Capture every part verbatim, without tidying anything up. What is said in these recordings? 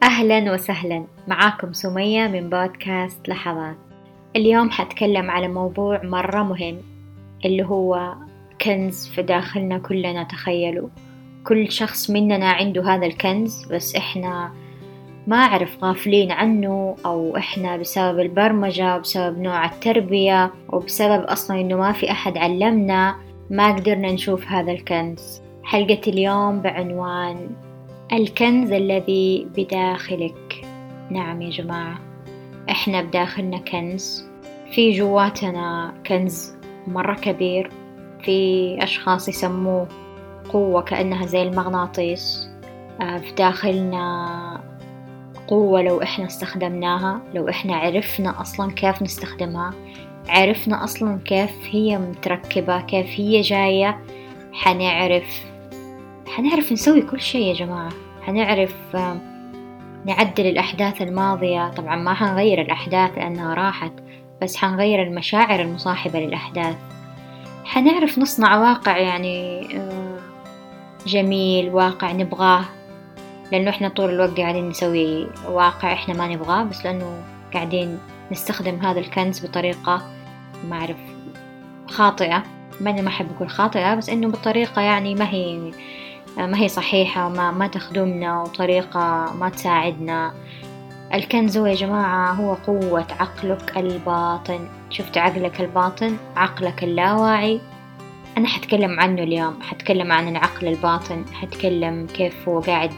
أهلا وسهلا، معاكم سمية من بودكاست لحظات. اليوم حتكلم على موضوع مرة مهم، اللي هو كنز في داخلنا كلنا. تخيلوا كل شخص مننا عنده هذا الكنز، بس إحنا ما أعرف غافلين عنه، أو إحنا بسبب البرمجة وبسبب نوع التربية وبسبب أصلا إنه ما في أحد علمنا ما قدرنا نشوف هذا الكنز. حلقة اليوم بعنوان الكنز الذي بداخلك. نعم يا جماعة، إحنا بداخلنا كنز، في جواتنا كنز مرة كبير. في أشخاص يسموه قوة كأنها زي المغناطيس. في داخلنا قوة لو إحنا استخدمناها، لو إحنا عرفنا أصلا كيف نستخدمها، عرفنا أصلا كيف هي متركبة، كيف هي جاية، حنعرف حنعرف نسوي كل شيء يا جماعة. حنعرف نعدل الأحداث الماضية. طبعا ما حنغير الأحداث لأنها راحت، بس حنغير المشاعر المصاحبة للأحداث. حنعرف نصنع واقع يعني جميل، واقع نبغاه، لأنه إحنا طول الوقت قاعدين نسوي واقع إحنا ما نبغاه، بس لأنه قاعدين نستخدم هذا الكنز بطريقة ما أعرف خاطئة. ما أنا ما أحب أقول خاطئة، بس إنه بطريقة يعني ما هي ما هي صحيحة، وما ما تخدمنا، وطريقة ما تساعدنا. الكنز هو يا جماعة هو قوة عقلك الباطن. شفت عقلك الباطن، عقلك اللاواعي. أنا حتكلم عنه اليوم، حتكلم عن العقل الباطن، حتكلم كيف هو قاعد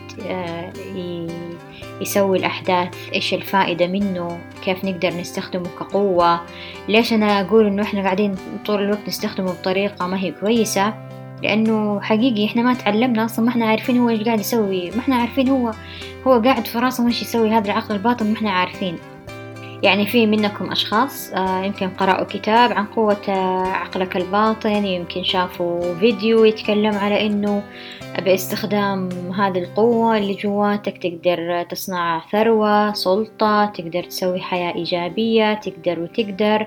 يسوي الأحداث، إيش الفائدة منه، كيف نقدر نستخدمه كقوة. ليش أنا أقول إنه إحنا قاعدين طول الوقت نستخدمه بطريقة ما هي كويسة؟ لأنه حقيقي إحنا ما تعلمنا أصلا، ما إحنا عارفين هو إيش قاعد يسوي، ما إحنا عارفين هو هو قاعد في راسه إيش يسوي هذا العقل الباطن، ما إحنا عارفين. يعني في منكم أشخاص يمكن قرأوا كتاب عن قوة عقلك الباطن، يمكن شافوا فيديو يتكلم على إنه باستخدام هذه القوة اللي جواتك تقدر تصنع ثروة، سلطة، تقدر تسوي حياة إيجابية، تقدر وتقدر.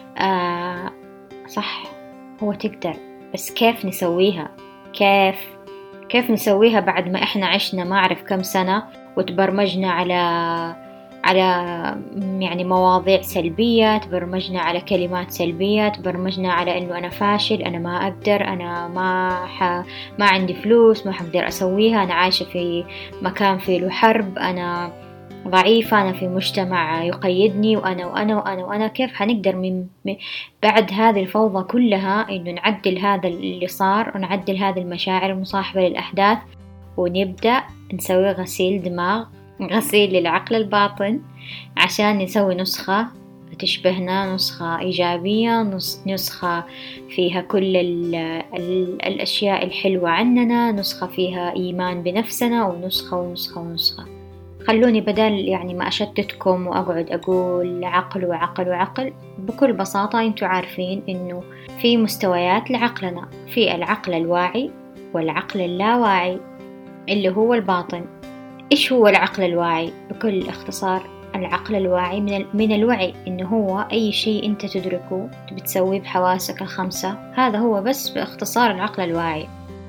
آه صح، هو تقدر، بس كيف نسويها؟ كيف كيف نسويها بعد ما إحنا عشنا ما أعرف كم سنة وتبرمجنا على على يعني مواضيع سلبية، تبرمجنا على كلمات سلبية، تبرمجنا على إنه أنا فاشل، أنا ما أقدر، أنا ما ح... ما عندي فلوس، ما حقدر أسويها، أنا عايشة في مكان فيه له حرب، أنا ضعيفة، أنا في مجتمع يقيدني، وأنا وأنا وأنا وأنا. كيف حنقدر من بعد هذه الفوضى كلها إنه نعدل هذا اللي صار، ونعدل هذه المشاعر المصاحبة للأحداث، ونبدأ نسوي غسيل دماغ، غسيل للعقل الباطن، عشان نسوي نسخة تشبهنا، نسخة إيجابية، نسخة فيها كل ال ال الأشياء الحلوة عننا، نسخة فيها إيمان بنفسنا، ونسخة ونسخة ونسخة. خلوني بدل يعني ما أشتتكم وأقعد أقول عقل وعقل وعقل، بكل بساطة أنتوا عارفين إنه في مستويات لعقلنا، في العقل الواعي والعقل اللاواعي اللي هو الباطن. إيش هو العقل الواعي؟ بكل اختصار، العقل الواعي من, من الوعي، إنه هو أي شيء أنت تدركه بتسويه بحواسك الخمسة، هذا هو بس باختصار العقل الواعي.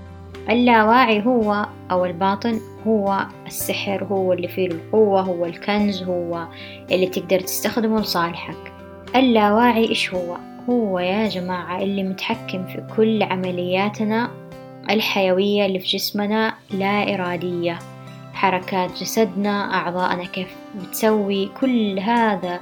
اللاواعي هو أو الباطن هو السحر، هو اللي فيه القوة، هو الكنز، هو اللي تقدر تستخدمه لصالحك. اللاواعي إيش هو؟ هو يا جماعة اللي متحكم في كل عملياتنا الحيوية اللي في جسمنا لا إرادية، حركات جسدنا، أعضاءنا كيف بتسوي، كل هذا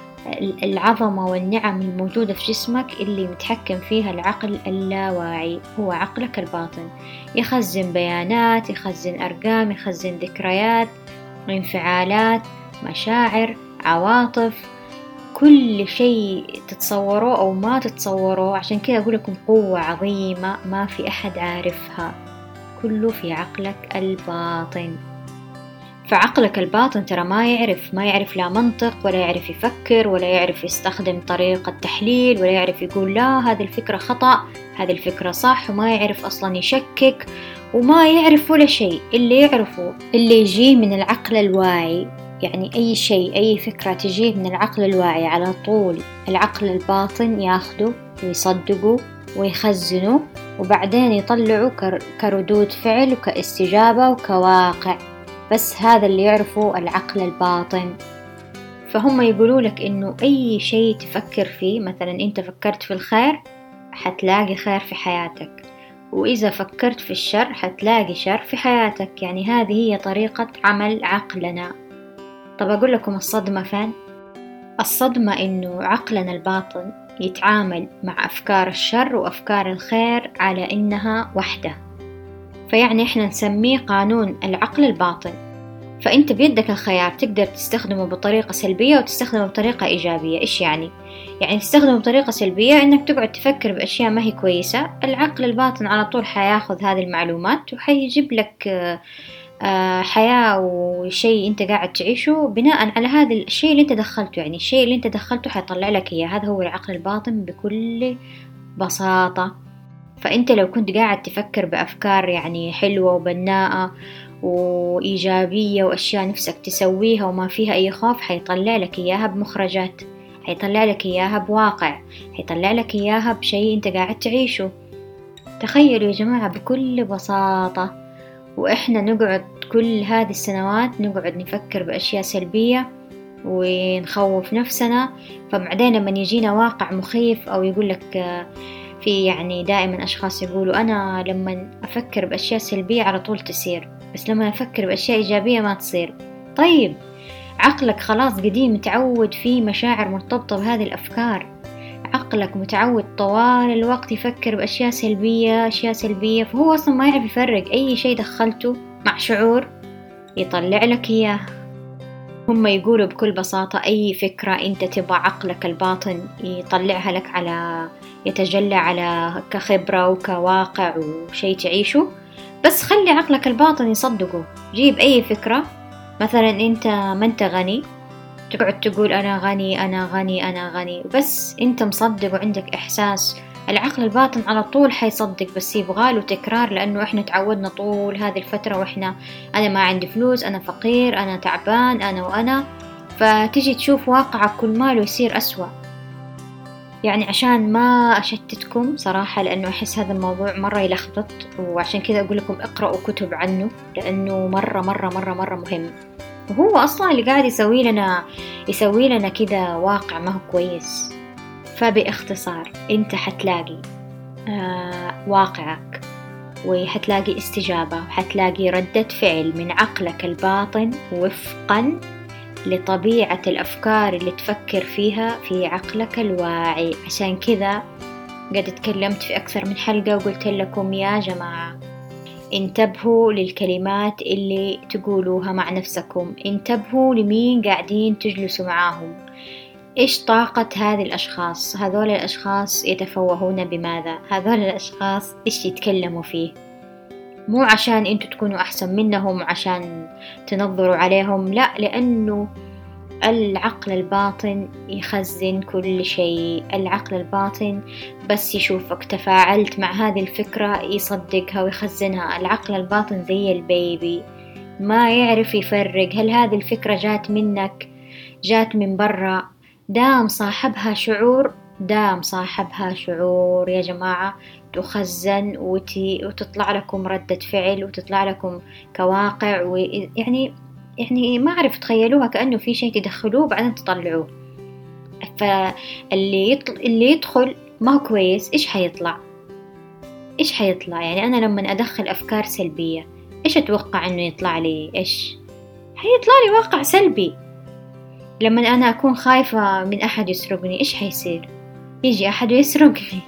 العظمة والنعم الموجودة في جسمك اللي متحكم فيها العقل اللاواعي، هو عقلك الباطن. يخزن بيانات، يخزن أرقام، يخزن ذكريات، انفعالات، مشاعر، عواطف، كل شيء تتصوروه أو ما تتصوروه. عشان كده أقول لكم قوة عظيمة ما في أحد عارفها، كله في عقلك الباطن. فعقلك الباطن ترى ما يعرف ما يعرف لا منطق، ولا يعرف يفكر، ولا يعرف يستخدم طريقة تحليل، ولا يعرف يقول لا هذه الفكرة خطأ، هذه الفكرة صح، وما يعرف أصلا يشكك، وما يعرف ولا شيء. اللي يعرفه اللي يجيه من العقل الواعي، يعني أي شيء، أي فكرة تجيه من العقل الواعي على طول العقل الباطن ياخده ويصدقه ويخزنه، وبعدين يطلعه كردود فعل وكاستجابة وكواقع. بس هذا اللي يعرفه العقل الباطن. فهم يقولوا لك إنه أي شيء تفكر فيه، مثلا أنت فكرت في الخير حتلاقي خير في حياتك، وإذا فكرت في الشر حتلاقي شر في حياتك. يعني هذه هي طريقة عمل عقلنا. طب أقول لكم الصدمة فين؟ الصدمة إنه عقلنا الباطن يتعامل مع أفكار الشر وأفكار الخير على إنها وحدة. فيعني إحنا نسميه قانون العقل الباطن. فأنت بيدك الخيار، تقدر تستخدمه بطريقة سلبية وتستخدمه بطريقة إيجابية. إيش يعني؟ يعني تستخدمه بطريقة سلبية إنك تقعد تفكر بأشياء ما هي كويسة، العقل الباطن على طول حياخذ هذه المعلومات وحيجيب لك حياة وشيء أنت قاعد تعيشه بناء على هذا الشيء اللي أنت دخلته. يعني الشيء اللي أنت دخلته حيطلع لك إياه. هذا هو العقل الباطن بكل بساطة. فأنت لو كنت قاعد تفكر بأفكار يعني حلوة وبناءة وإيجابية وأشياء نفسك تسويها وما فيها أي خوف، حيطلع لك إياها بمخرجات، حيطلع لك إياها بواقع، حيطلع لك إياها بشيء أنت قاعد تعيشه. تخيلوا يا جماعة بكل بساطة. وإحنا نقعد كل هذه السنوات نقعد نفكر بأشياء سلبية ونخوف نفسنا، فبعدين لما يجينا واقع مخيف أو يقول لك في يعني دائما أشخاص يقولوا أنا لما أفكر بأشياء سلبية على طول تصير، بس لما أفكر بأشياء إيجابية ما تصير. طيب عقلك خلاص قديم متعود فيه مشاعر مرتبطة بهذه الأفكار، عقلك متعود طوال الوقت يفكر بأشياء سلبية أشياء سلبية، فهو أصلا ما يعرف يفرق. أي شيء دخلته مع شعور يطلع لك إياه. هم يقولوا بكل بساطة أي فكرة أنت تبغى عقلك الباطن يطلعها لك على يتجلى على كخبرة وكواقع وشيء تعيشه، بس خلي عقلك الباطن يصدقه. جيب أي فكرة، مثلا أنت ما أنت غني، تقعد تقول أنا غني أنا غني أنا غني، بس أنت مصدق وعندك إحساس، العقل الباطن على طول حيصدق، بس يبغاله تكرار، لأنه إحنا تعودنا طول هذه الفترة وإحنا أنا ما عندي فلوس، أنا فقير، أنا تعبان، أنا وأنا، فتيجي تشوف واقعك كل ماله يصير أسوأ. يعني عشان ما أشتتكم صراحة، لأنه أحس هذا الموضوع مرة يلخبط، وعشان كذا أقول لكم اقرأوا كتب عنه، لأنه مرة مرة مرة مرة مهم. وهو أصلا اللي قاعد يسوي لنا يسوي لنا كذا واقع ما هو كويس. فباختصار أنت حتلاقي آه واقعك، وحتلاقي استجابة، وحتلاقي ردة فعل من عقلك الباطن وفقا لطبيعة الأفكار اللي تفكر فيها في عقلك الواعي. عشان كذا قد تكلمت في أكثر من حلقة وقلت لكم يا جماعة انتبهوا للكلمات اللي تقولوها مع نفسكم، انتبهوا لمين قاعدين تجلسوا معاهم، إيش طاقة هذه الأشخاص، هذول الأشخاص يتفوهون بماذا، هذول الأشخاص إيش يتكلموا فيه. مو عشان أنتوا تكونوا أحسن منهم عشان تنظروا عليهم، لا، لأنه العقل الباطن يخزن كل شيء. العقل الباطن بس يشوفك تفاعلت مع هذه الفكرة يصدقها ويخزنها. العقل الباطن زي البيبي ما يعرف يفرق هل هذه الفكرة جات منك جات من برا. دام صاحبها شعور دام صاحبها شعور يا جماعة تخزن وتي وتطلع لكم ردة فعل وتطلع لكم كواقع، ويعني يعني ما أعرف تخيلوها كأنه في شيء تدخلوه بعدين تطلعوه. فاللي يطل... اللي يدخل ما هو كويس إيش حيطلع إيش حيطلع يعني أنا لما أدخل أفكار سلبية إيش أتوقع إنه يطلع لي؟ إيش حيطلع لي؟ واقع سلبي. لما أنا أكون خايفة من أحد يسرقني إيش حيصير؟ يجي أحد يسرقني.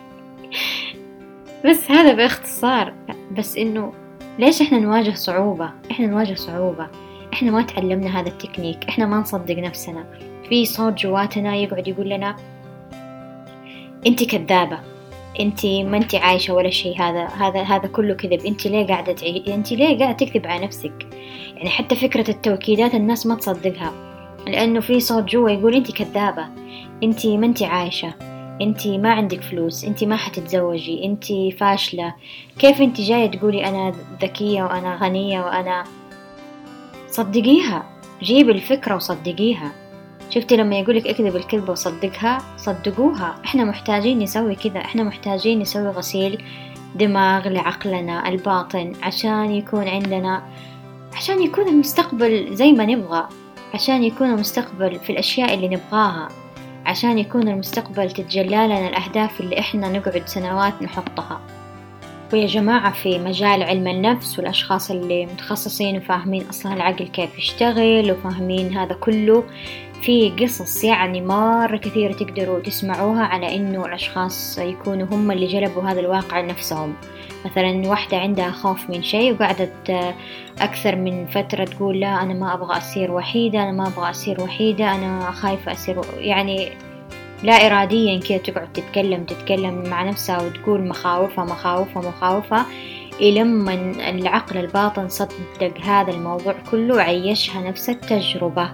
بس هذا باختصار. بس إنه ليش إحنا نواجه صعوبة؟ إحنا نواجه صعوبة إحنا ما تعلمنا هذا التكنيك، إحنا ما نصدق نفسنا. في صوت جواتنا يقعد يقول لنا أنت كذابة، أنت ما أنت عايشة ولا شيء، هذا هذا هذا كله كذب، أنت ليه قاعدة تعي... أنت ليه قاعدة تكذب على نفسك؟ يعني حتى فكرة التوكيدات الناس ما تصدقها، لأنه في صوت جوا يقول أنت كذابة، أنت ما أنت عايشة، أنت ما عندك فلوس، أنت ما حتتزوجي، أنت فاشلة، كيف أنت جاية تقولي أنا ذكية وأنا غنية وأنا. صدقيها، جيب الفكرة وصدقيها. شفتي لما يقولك اكذب الكذبة وصدقها؟ صدقوها. احنا محتاجين نسوي كذا، احنا محتاجين نسوي غسيل دماغ لعقلنا الباطن عشان يكون عندنا عشان يكون المستقبل زي ما نبغى، عشان يكون المستقبل في الأشياء اللي نبغاها، عشان يكون المستقبل تتجلى لنا الأهداف اللي إحنا نقعد سنوات نحطها. ويا جماعة في مجال علم النفس والأشخاص اللي متخصصين وفاهمين أصلا العقل كيف يشتغل وفاهمين هذا كله، في قصص يعني مرة كثيرة تقدروا تسمعوها على إنه الأشخاص يكونوا هم اللي جلبوا هذا الواقع لنفسهم. مثلا واحدة عندها خوف من شيء وقعدت أكثر من فترة تقول لا أنا ما أبغى أصير وحيدة، أنا ما أبغى أصير وحيدة، أنا خايفة أصير، يعني لا إراديا كده تقعد تتكلم تتكلم مع نفسها وتقول مخاوفها مخاوفها مخاوفها، لما العقل الباطن صدق هذا الموضوع كله وعيشها نفس التجربة.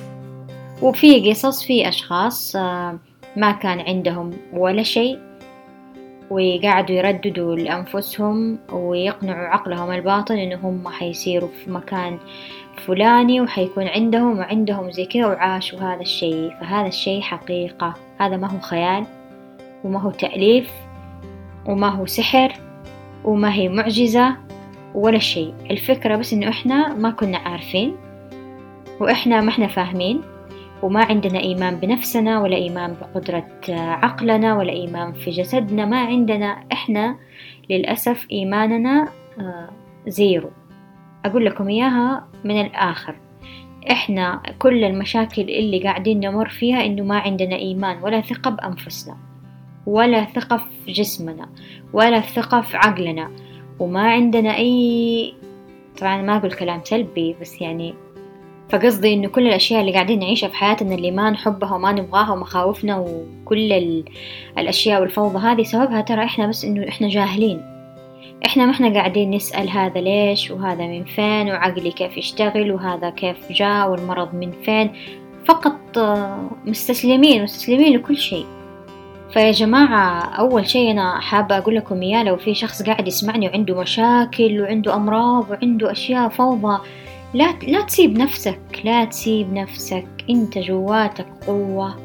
وفي قصص في أشخاص ما كان عندهم ولا شيء وقاعدوا يرددوا لأنفسهم ويقنعوا عقلهم الباطن إنهم حيصيروا في مكان فلاني وحيكون عندهم وعندهم زي كده وعاشوا هذا الشيء. فهذا الشيء حقيقة، هذا ما هو خيال وما هو تأليف وما هو سحر وما هي معجزة ولا شيء. الفكرة بس إنه إحنا ما كنا عارفين وإحنا ما إحنا فاهمين وما عندنا إيمان بنفسنا ولا إيمان بقدرة عقلنا ولا إيمان في جسدنا، ما عندنا إحنا للأسف إيماننا زيرو. أقول لكم إياها من الآخر، إحنا كل المشاكل اللي قاعدين نمر فيها إنه ما عندنا إيمان ولا ثقة بأنفسنا ولا ثقة في جسمنا ولا ثقة في عقلنا، وما عندنا أي، طبعا ما أقول كلام سلبي بس يعني فقصدي إنه كل الأشياء اللي قاعدين نعيشها في حياتنا اللي ما نحبها وما نبغاها ومخاوفنا وكل الأشياء والفوضى هذه سببها ترى إحنا بس إنه إحنا جاهلين. إحنا ما إحنا قاعدين نسأل هذا ليش وهذا من فين وعقلي كيف يشتغل وهذا كيف جاء والمرض من فين، فقط مستسلمين مستسلمين لكل شيء. فيا جماعة أول شيء أنا حابة أقول لكم إياه، لو في شخص قاعد يسمعني وعنده مشاكل وعنده أمراض وعنده أشياء فوضى، لا لا تسيب نفسك، لا تسيب نفسك، أنت جواتك قوة،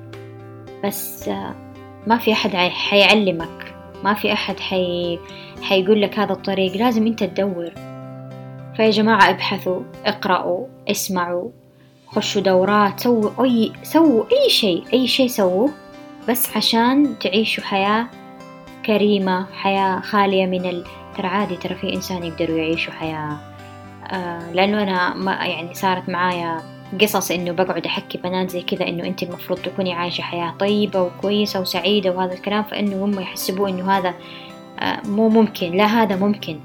بس ما في أحد حيعلمك، ما في أحد حي حيقول لك هذا الطريق، لازم أنت تدور. فيا جماعة ابحثوا، اقرأوا، اسمعوا، خشوا دورات، سووا أي سووا أي شيء أي شيء سووه بس عشان تعيشوا حياة كريمة، حياة خالية من ال... ترى عادي، ترى في إنسان يقدروا يعيشوا حياة آه لأنه أنا ما يعني صارت معايا قصص إنه بقعد أحكي بنات زي كذا إنه أنت المفروض تكوني عايشة حياة طيبة وكويسة وسعيدة وهذا الكلام، فإنه هم يحسبوا إنه هذا آه مو ممكن. لا، هذا ممكن.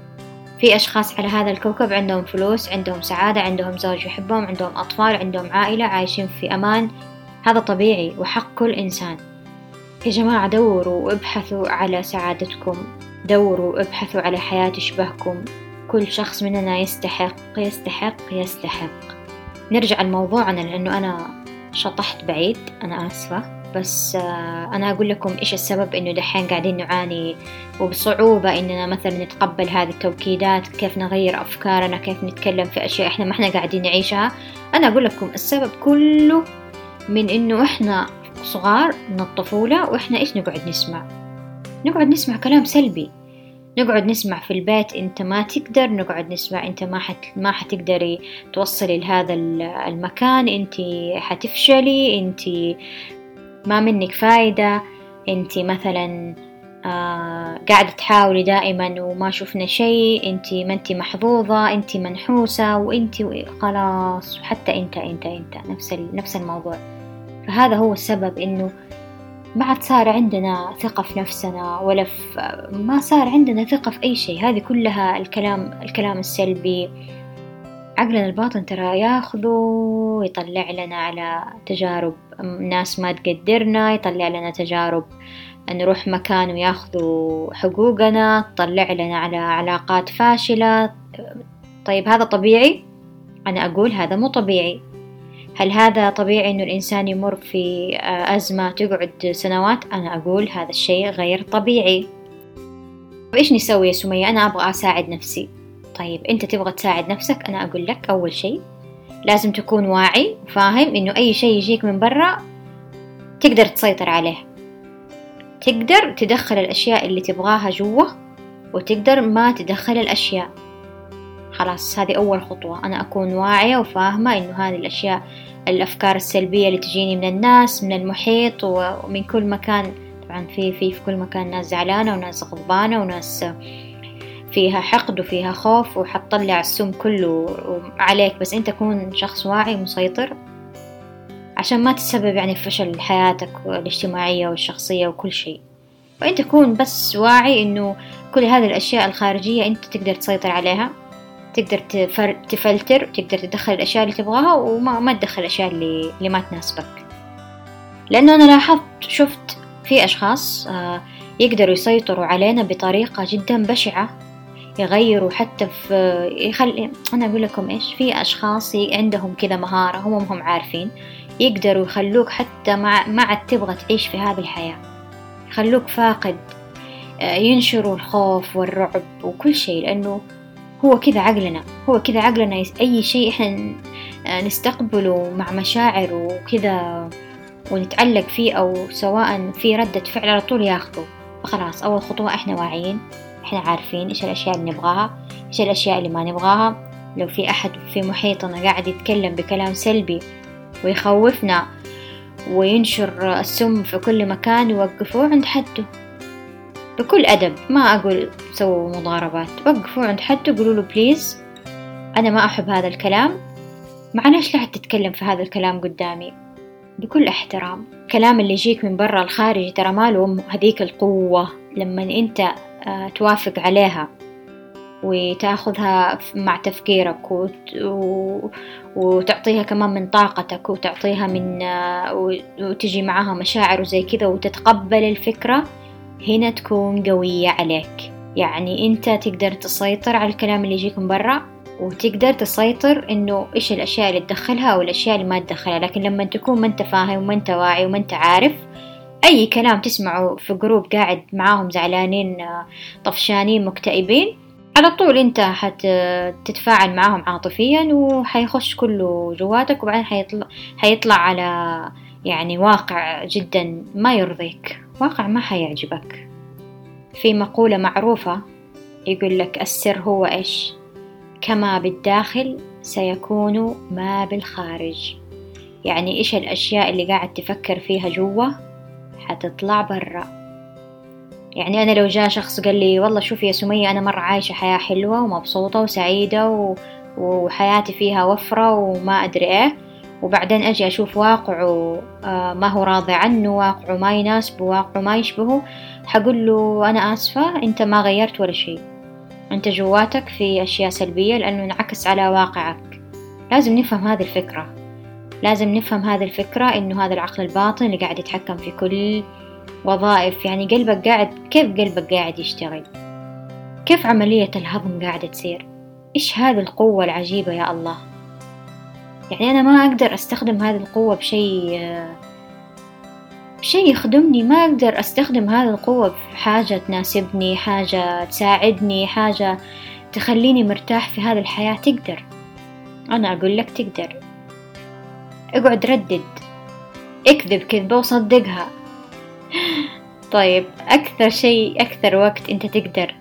في أشخاص على هذا الكوكب عندهم فلوس، عندهم سعادة، عندهم زوج يحبهم، عندهم أطفال، عندهم عائلة، عايشين في أمان، هذا طبيعي وحق كل إنسان. يا جماعة دوروا وابحثوا على سعادتكم، دوروا وابحثوا على حياة تشبهكم، كل شخص مننا يستحق يستحق يستحق. نرجع لموضوعنا لأنه أنا شطحت بعيد، أنا آسفة، بس أنا أقول لكم إيش السبب إنه دحين قاعدين نعاني وبصعوبة إننا مثلا نتقبل هذه التوكيدات، كيف نغير أفكارنا، كيف نتكلم في أشياء إحنا ما إحنا قاعدين نعيشها. أنا أقول لكم السبب كله من إنه إحنا صغار من الطفولة وإحنا إيش نقعد نسمع نقعد نسمع كلام سلبي، نقعد نسمع في البيت أنت ما تقدر، نقعد نسمع أنت ما حت ما حتقدري توصلي لهذا المكان، أنت حتفشلي، أنت ما منك فايدة، أنت مثلا آه قاعدة تحاولي دائما وما شفنا شيء، أنت ما أنت محظوظة، أنت منحوسة، وأنت خلاص، حتى أنت أنت أنت نفس نفس الموضوع. فهذا هو السبب إنه ما عاد صار عندنا ثقة في نفسنا ولا في، ما صار عندنا ثقة في أي شيء. هذه كلها الكلام الكلام السلبي. عقلنا الباطن ترى ياخذه ويطلع لنا على تجارب ناس ما تقدرنا، يطلع لنا تجارب نروح مكان وياخذوا حقوقنا، تطلع لنا على علاقات فاشلة. طيب هذا طبيعي؟ أنا أقول هذا مو طبيعي. هل هذا طبيعي إنه الإنسان يمر في أزمة تقعد سنوات؟ أنا أقول هذا الشيء غير طبيعي. وإيش نسوي يا سمية؟ أنا أبغى أساعد نفسي. طيب أنت تبغى تساعد نفسك، أنا أقول لك أول شيء لازم تكون واعي وفاهم إنه أي شيء يجيك من برا تقدر تسيطر عليه، تقدر تدخل الأشياء اللي تبغاها جوا وتقدر ما تدخل الأشياء. خلاص هذه أول خطوة، أنا أكون واعية وفاهمة إنه هذه الأشياء، الأفكار السلبية اللي تجيني من الناس، من المحيط ومن كل مكان. طبعا في في في كل مكان ناس زعلانة وناس غضبانة وناس فيها حقد وفيها خوف، وحتطلع السم كله عليك، بس أنت كون شخص واعي مسيطر عشان ما تسبب يعني في فشل حياتك الاجتماعية والشخصية وكل شيء. وأنت تكون بس واعي إنه كل هذه الأشياء الخارجية أنت تقدر تسيطر عليها، تقدر تفلتر، تقدر تدخل الأشياء اللي تبغاها وما ما تدخل الأشياء اللي اللي ما تناسبك. لأنه أنا لاحظت شفت في أشخاص يقدروا يسيطروا علينا بطريقة جدا بشعة، يغيروا حتى في يخلي أنا أقول لكم إيش، في أشخاص عندهم كذا مهارة هم هم عارفين، يقدروا يخلوك حتى مع ما عاد تبغى تعيش في هذه الحياة، يخلوك فاقد، ينشروا الخوف والرعب وكل شيء، لأنه هو كذا عقلنا، هو كذا عقلنا أي شيء إحنا نستقبله مع مشاعر وكذا ونتعلق فيه، أو سواء في ردة فعل على طول ياخذه. فخلاص أول خطوة إحنا واعيين، إحنا عارفين إيش الأشياء اللي نبغاها، إيش الأشياء اللي ما نبغاها. لو في أحد في محيطنا قاعد يتكلم بكلام سلبي ويخوفنا وينشر السم في كل مكان، يوقفوه عند حده بكل أدب، ما أقول سووا مضاربات، وقفوا عند حده قولوا له بليز أنا ما أحب هذا الكلام، معناش لا تتكلم في هذا الكلام قدامي، بكل احترام. كلام اللي يجيك من برا الخارج ترى ماله هذيك القوة لما أنت توافق عليها وتأخذها مع تفكيرك وت... و... وتعطيها كمان من طاقتك وتعطيها من وتجي معها مشاعر وزي كذا وتتقبل الفكرة، هنا تكون قوية عليك. يعني أنت تقدر تسيطر على الكلام اللي يجيك من برا، وتقدر تسيطر إنه إيش الأشياء اللي تدخلها والأشياء اللي ما تدخلها. لكن لما تكون ما أنت فاهم وما أنت واعي وما أنت عارف، أي كلام تسمعه في جروب قاعد معاهم زعلانين طفشانين مكتئبين، على طول أنت حتتفاعل معاهم عاطفيا وحيخش كله جواتك، وبعدين حيطلع, حيطلع على يعني واقع جدا ما يرضيك، واقع ما حيعجبك. في مقولة معروفة يقول لك السر هو إيش؟ كما بالداخل سيكون ما بالخارج. يعني إيش الأشياء اللي قاعد تفكر فيها جوا حتطلع برا. يعني أنا لو جاء شخص قال لي والله شوفي يا سمية أنا مرة عايشة حياة حلوة ومبسوطة وسعيدة و... وحياتي فيها وفرة وما أدري إيه، وبعدين أجي أشوف واقعه ما هو راضي عنه، واقعه ما يناسبه، واقعه ما يشبهه، حقول له أنا آسفة أنت ما غيرت ولا شيء، أنت جواتك في أشياء سلبية لأنه انعكس على واقعك. لازم نفهم هذه الفكرة، لازم نفهم هذه الفكرة إنه هذا العقل الباطن اللي قاعد يتحكم في كل وظائف، يعني قلبك قاعد كيف قلبك قاعد يشتغل، كيف عملية الهضم قاعدة تصير، إيش هذه القوة العجيبة يا الله. يعني أنا ما أقدر أستخدم هذه القوة بشيء بشيء يخدمني، ما أقدر أستخدم هذه القوة في حاجة تناسبني، حاجة تساعدني، حاجة تخليني مرتاح في هذه الحياة. تقدر، أنا أقول لك تقدر. اقعد ردد، اكذب كذبة وصدقها. طيب أكثر شيء أكثر وقت أنت تقدر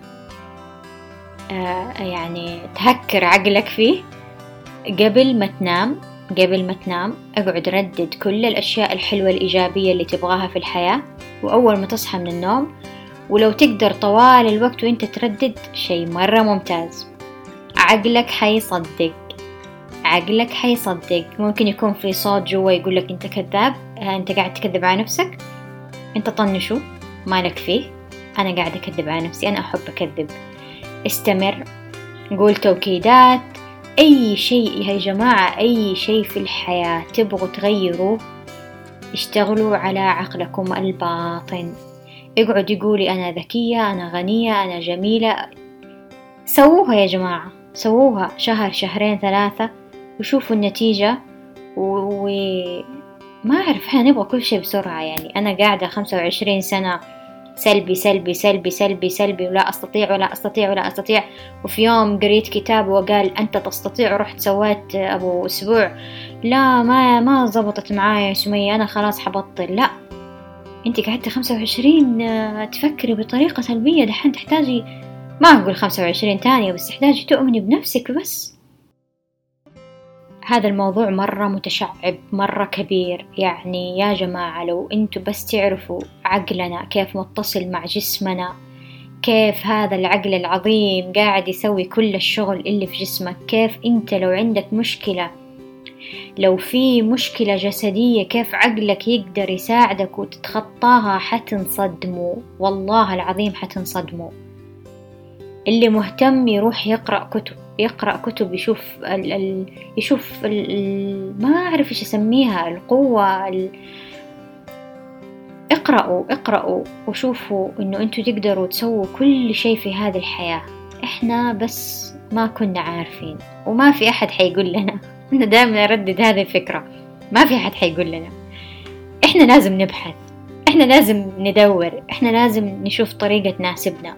آه يعني تهكر عقلك فيه قبل ما تنام، قبل ما تنام اقعد ردد كل الأشياء الحلوة الإيجابية اللي تبغاها في الحياة، وأول ما تصحى من النوم، ولو تقدر طوال الوقت وانت تردد شيء مرة ممتاز. عقلك حيصدق، عقلك حيصدق. ممكن يكون في صوت جوا يقولك انت كذاب، انت قاعد تكذب على نفسك، انت طنشو مالك فيه، انا قاعد اكذب على نفسي، انا احب اكذب. استمر، قول توكيدات، أي شيء يا جماعة، أي شيء في الحياة تبغوا تغيروه اشتغلوا على عقلكم الباطن. اقعد يقولي أنا ذكية، أنا غنية، أنا جميلة، سووها يا جماعة، سووها شهر شهرين ثلاثة وشوفوا النتيجة. وما أعرف احنا نبغى كل شيء بسرعة. يعني أنا قاعدة خمسة وعشرين سنة سلبي سلبي سلبي سلبي سلبي ولا أستطيع ولا أستطيع ولا أستطيع، وفي يوم قريت كتاب وقال أنت تستطيع، ورحت سويت أبو أسبوع لا ما ما زبطت معايا يا سمية أنا خلاص حبطل. لا، أنت قعدت خمسة وعشرين تفكري بطريقة سلبية، دحين تحتاجي ما أقول خمسة وعشرين ثانية، بس تحتاجي تؤمني بنفسك بس. هذا الموضوع مرة متشعب، مرة كبير. يعني يا جماعة لو أنتوا بس تعرفوا عقلنا كيف متصل مع جسمنا، كيف هذا العقل العظيم قاعد يسوي كل الشغل اللي في جسمك، كيف أنت لو عندك مشكلة، لو في مشكلة جسدية، كيف عقلك يقدر يساعدك وتتخطاها، حتنصدموا والله العظيم حتنصدموا. اللي مهتم يروح يقرأ كتب، يقرأ كتب، يشوف ال ال يشوف ال ال ما أعرف إيش أسميها، القوة ال اقرأوا اقرأوا وشوفوا إنه أنتوا تقدروا تسووا كل شيء في هذه الحياة. إحنا بس ما كنا عارفين، وما في أحد حيقول لنا. أنا دائما أردد هذه الفكرة، ما في أحد حيقول لنا. إحنا لازم نبحث، إحنا لازم ندور، إحنا لازم نشوف طريقة تناسبنا،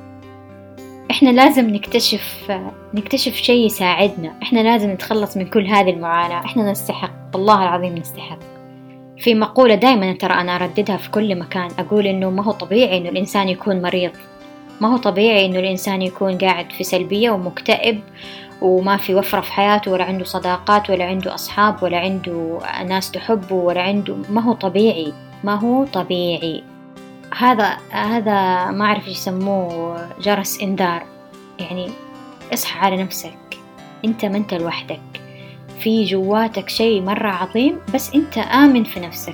إحنا لازم نكتشف نكتشف شيء يساعدنا، إحنا لازم نتخلص من كل هذه المعاناة. إحنا نستحق، والله العظيم نستحق. في مقولة دائما ترى أنا أرددها في كل مكان، أقول إنه ما هو طبيعي إنه الإنسان يكون مريض، ما هو طبيعي إنه الإنسان يكون قاعد في سلبية ومكتئب وما في وفرة في حياته، ولا عنده صداقات، ولا عنده أصحاب، ولا عنده ناس تحبه، ولا عنده. ما هو طبيعي، ما هو طبيعي. هذا هذا ما أعرف إيش يسموه، جرس إنذار. يعني اصحى على نفسك، أنت ما أنت لوحدك، في جواتك شيء مرة عظيم، بس أنت آمن في نفسك.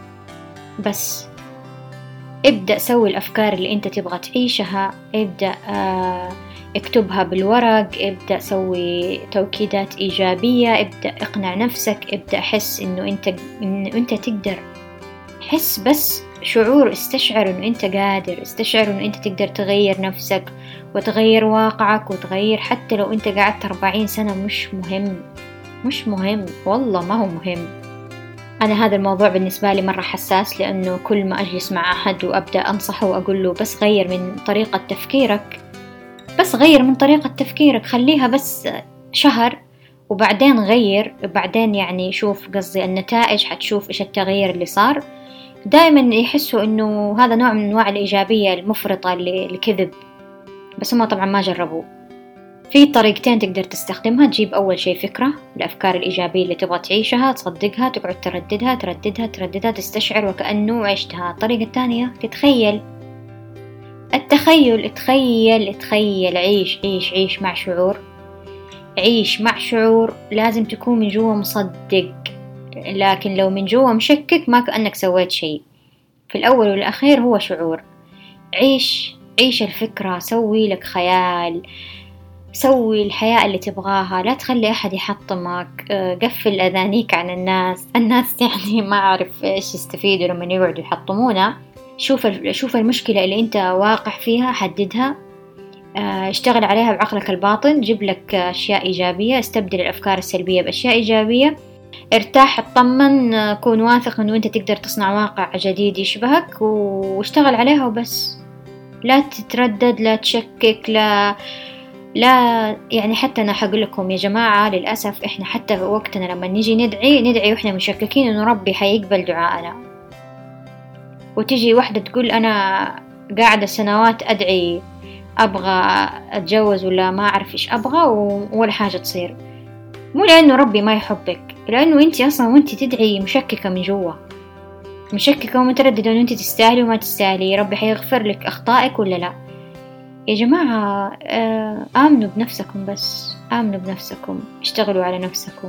بس ابدأ سوي الأفكار اللي أنت تبغى تعيشها، ابدأ آه اكتبها بالورق، ابدأ سوي توكيدات إيجابية، ابدأ اقنع نفسك، ابدأ حس إنه أنت إنه أنت تقدر. حس بس شعور، استشعر إنه أنت قادر، استشعر إنه أنت تقدر تغير نفسك وتغير واقعك وتغير. حتى لو أنت قعدت أربعين سنة مش مهم، مش مهم والله، ما هو مهم. أنا هذا الموضوع بالنسبة لي مرة حساس، لأنه كل ما أجلس مع أحد وأبدأ أنصحه وأقول له بس غير من طريقة تفكيرك، بس غير من طريقة تفكيرك، خليها بس شهر وبعدين غير، بعدين يعني شوف قصدي النتائج، حتشوف إيش التغيير اللي صار. دائما يحسوا إنه هذا نوع من أنواع الإيجابية المفرطة اللي الكذب، بس هم طبعا ما جربوه. في طريقتين تقدر تستخدمها، تجيب أول شيء فكرة الأفكار الإيجابية اللي تبغى تعيشها، تصدقها، تقعد ترددها ترددها ترددها تستشعر وكأنه عشتها. الطريقة الثانية تتخيل، التخيل، تخيل تخيل عيش عيش عيش مع شعور، عيش مع شعور. لازم تكون من جوا مصدق، لكن لو من جوا مشكك ما كأنك سويت شيء. في الأول والأخير هو شعور. عيش عيش الفكرة، سوي لك خيال، سوي الحياة اللي تبغاها، لا تخلي أحد يحطمك، قفل أذانيك عن الناس. الناس يعني ما أعرف إيش يستفيدوا لما يقعدوا يحطمونا. شوف شوف المشكلة اللي أنت واقع فيها، حددها، اشتغل عليها بعقلك الباطن، جيب لك أشياء إيجابية، استبدل الأفكار السلبية بأشياء إيجابية، ارتاح، اطمن، كون واثق أنه أنت تقدر تصنع واقع جديد يشبهك، واشتغل عليها وبس. لا تتردد، لا تشكك، لا لا يعني حتى أنا حقول لكم يا جماعة، للأسف إحنا حتى في وقتنا لما نيجي ندعي ندعي وإحنا مشككين إنه ربي حيقبل دعائنا. وتيجي واحدة تقول أنا قاعدة سنوات أدعي أبغى أتجوز ولا ما أعرف إيش أبغى ولا حاجة تصير. مو لأنه ربي ما يحبك، لأنه أنت أصلا وأنت تدعي مشككة من جوا، مشككة ومترددة أنه أنت تستاهلي وما تستاهلي، ربي حيغفر لك أخطائك ولا لا. يا جماعة آمنوا بنفسكم، بس آمنوا بنفسكم، اشتغلوا على نفسكم،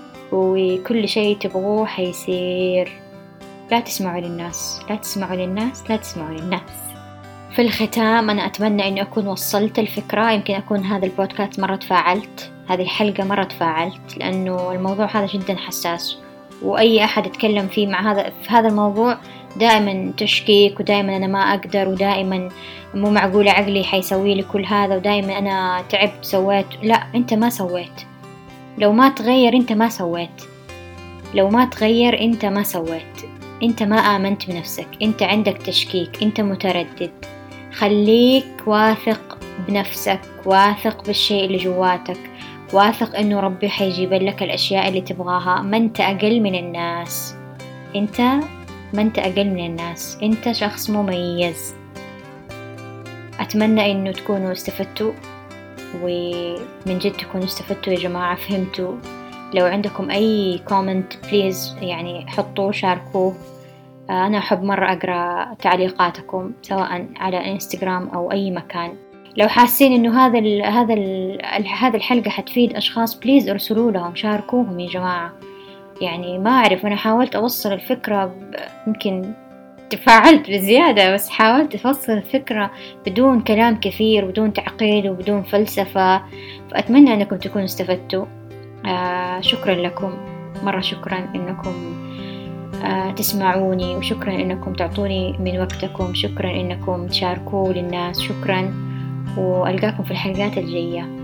وكل شيء تبغوه حيصير. لا تسمعوا للناس، لا تسمعوا للناس، لا تسمعوا للناس. في الختام أنا أتمنى أني أكون وصلت الفكرة. يمكن أكون هذا البودكاست مرة تفاعلت، هذه الحلقة مرة تفاعلت، لأنه الموضوع هذا جدا حساس، وأي أحد يتكلم فيه مع هذا في هذا الموضوع دائما تشكيك، ودائما أنا ما أقدر، ودائما مو معقولة عقلي حيسوي لي كل هذا، ودائما أنا تعبت سويت. لا، أنت ما سويت. لو ما تغير أنت ما سويت، لو ما تغير أنت ما سويت. أنت ما آمنت بنفسك، أنت عندك تشكيك، أنت متردد. خليك واثق بنفسك، واثق بالشيء اللي جواتك، واثق إنه ربي حيجيب لك الأشياء اللي تبغاها. ما أنت أقل من الناس، أنت ما أنت أقل من الناس، أنت شخص مميز. أتمنى إنه تكونوا استفدتوا، ومن جد تكونوا استفدتوا يا جماعة، فهمتوا. لو عندكم أي كومنت بليز يعني حطوه، شاركوه. أنا أحب مرة أقرأ تعليقاتكم سواء على إنستغرام أو أي مكان. لو حاسين إنه هذا ال هذا ال هذا الحلقة حتفيد أشخاص بليز ارسلوا لهم، شاركوهم يا جماعة. يعني ما أعرف، أنا حاولت أوصل الفكرة، يمكن تفاعلت بزيادة، بس حاولت أوصل الفكرة بدون كلام كثير، بدون تعقيد وبدون فلسفة. فأتمنى أنكم تكونوا استفدتوا. آه شكرا لكم مرة، شكرا إنكم آه تسمعوني، وشكرا إنكم تعطوني من وقتكم، شكرا إنكم تشاركوا للناس، شكرا، وألقاكم في الحلقات الجاية.